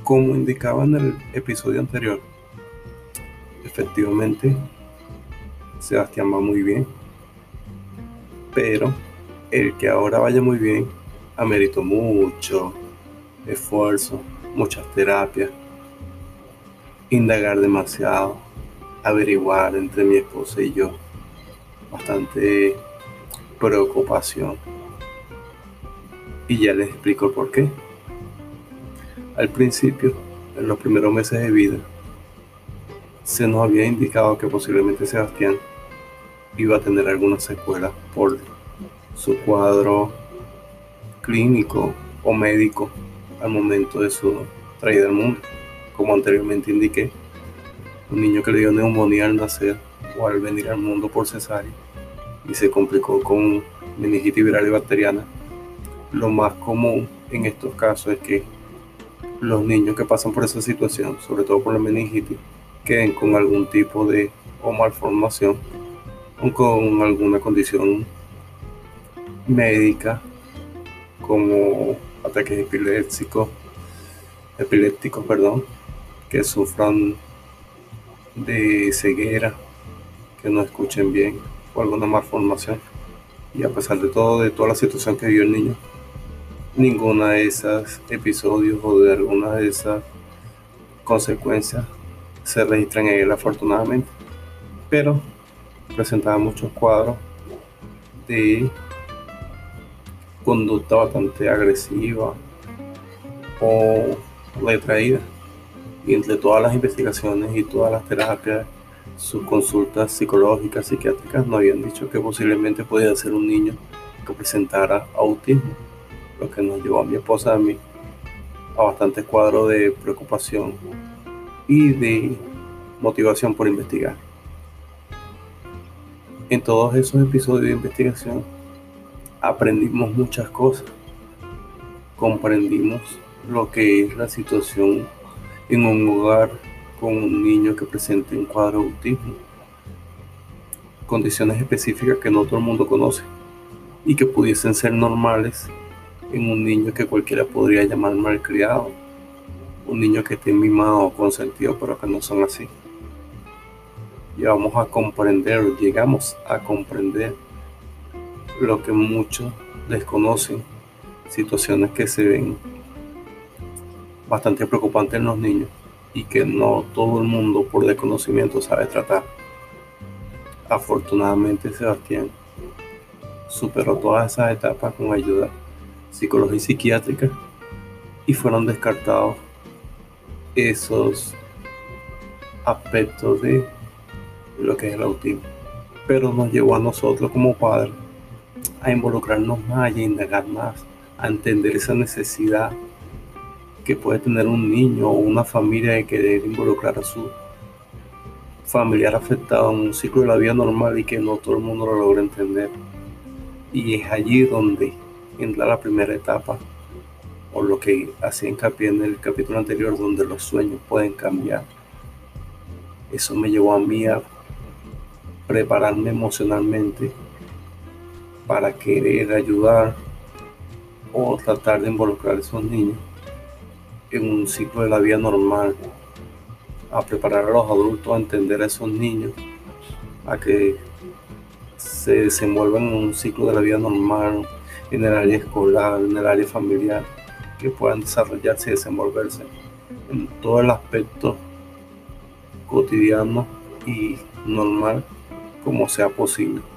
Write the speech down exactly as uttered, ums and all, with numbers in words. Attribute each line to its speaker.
Speaker 1: Como indicaba en el episodio anterior, efectivamente Sebastián va muy bien, pero el que ahora vaya muy bien ameritó mucho esfuerzo, muchas terapias, indagar demasiado, averiguar entre mi esposa y yo, bastante preocupación. Y ya les explico el por qué. Al principio, en los primeros meses de vida, se nos había indicado que posiblemente Sebastián iba a tener algunas secuelas por su cuadro clínico o médico al momento de su traída al mundo. Como anteriormente indiqué, un niño que le dio neumonía al nacer o al venir al mundo por cesárea y se complicó con meningitis viral y bacteriana. Lo más común en estos casos es que los niños que pasan por esa situación, sobre todo por la meningitis, queden con algún tipo de o malformación o con alguna condición médica como ataques epilépticos, epilépticos, perdón, que sufran de ceguera, que no escuchen bien o alguna malformación. Y a pesar de todo, de toda la situación que vivió el niño, ninguna de esos episodios o de alguna de esas consecuencias se registran en él, afortunadamente. Pero presentaba muchos cuadros de conducta bastante agresiva o retraída. Y entre todas las investigaciones y todas las terapias, sus consultas psicológicas, psiquiátricas, nos habían dicho que posiblemente podía ser un niño que presentara autismo, lo que nos llevó a mi esposa y a mí a bastantes cuadros de preocupación y de motivación por investigar. En todos esos episodios de investigación aprendimos muchas cosas, comprendimos lo que es la situación en un hogar con un niño que presente un cuadro de autismo, condiciones específicas que no todo el mundo conoce y que pudiesen ser normales en un niño que cualquiera podría llamar malcriado, un niño que esté mimado o consentido, pero que no son así. Llegamos a comprender, llegamos a comprender lo que muchos desconocen, situaciones que se ven bastante preocupantes en los niños y que no todo el mundo por desconocimiento sabe tratar. Afortunadamente Sebastián superó todas esas etapas con ayuda psicológica y psiquiátrica y fueron descartados esos aspectos de lo que es el autismo. Pero nos llevó a nosotros como padres a involucrarnos más y a indagar más, a entender esa necesidad que puede tener un niño o una familia de querer involucrar a su familiar afectado en un ciclo de la vida normal y que no todo el mundo lo logra entender. Y es allí donde entra la primera etapa, o lo que hacía hincapié en el capítulo anterior, donde los sueños pueden cambiar. Eso me llevó a mí a prepararme emocionalmente para querer ayudar o tratar de involucrar a esos niños en un ciclo de la vida normal, a preparar a los adultos a entender a esos niños, a que se desenvuelvan en un ciclo de la vida normal, en el área escolar, en el área familiar, que puedan desarrollarse y desenvolverse en todo el aspecto cotidiano y normal como sea posible.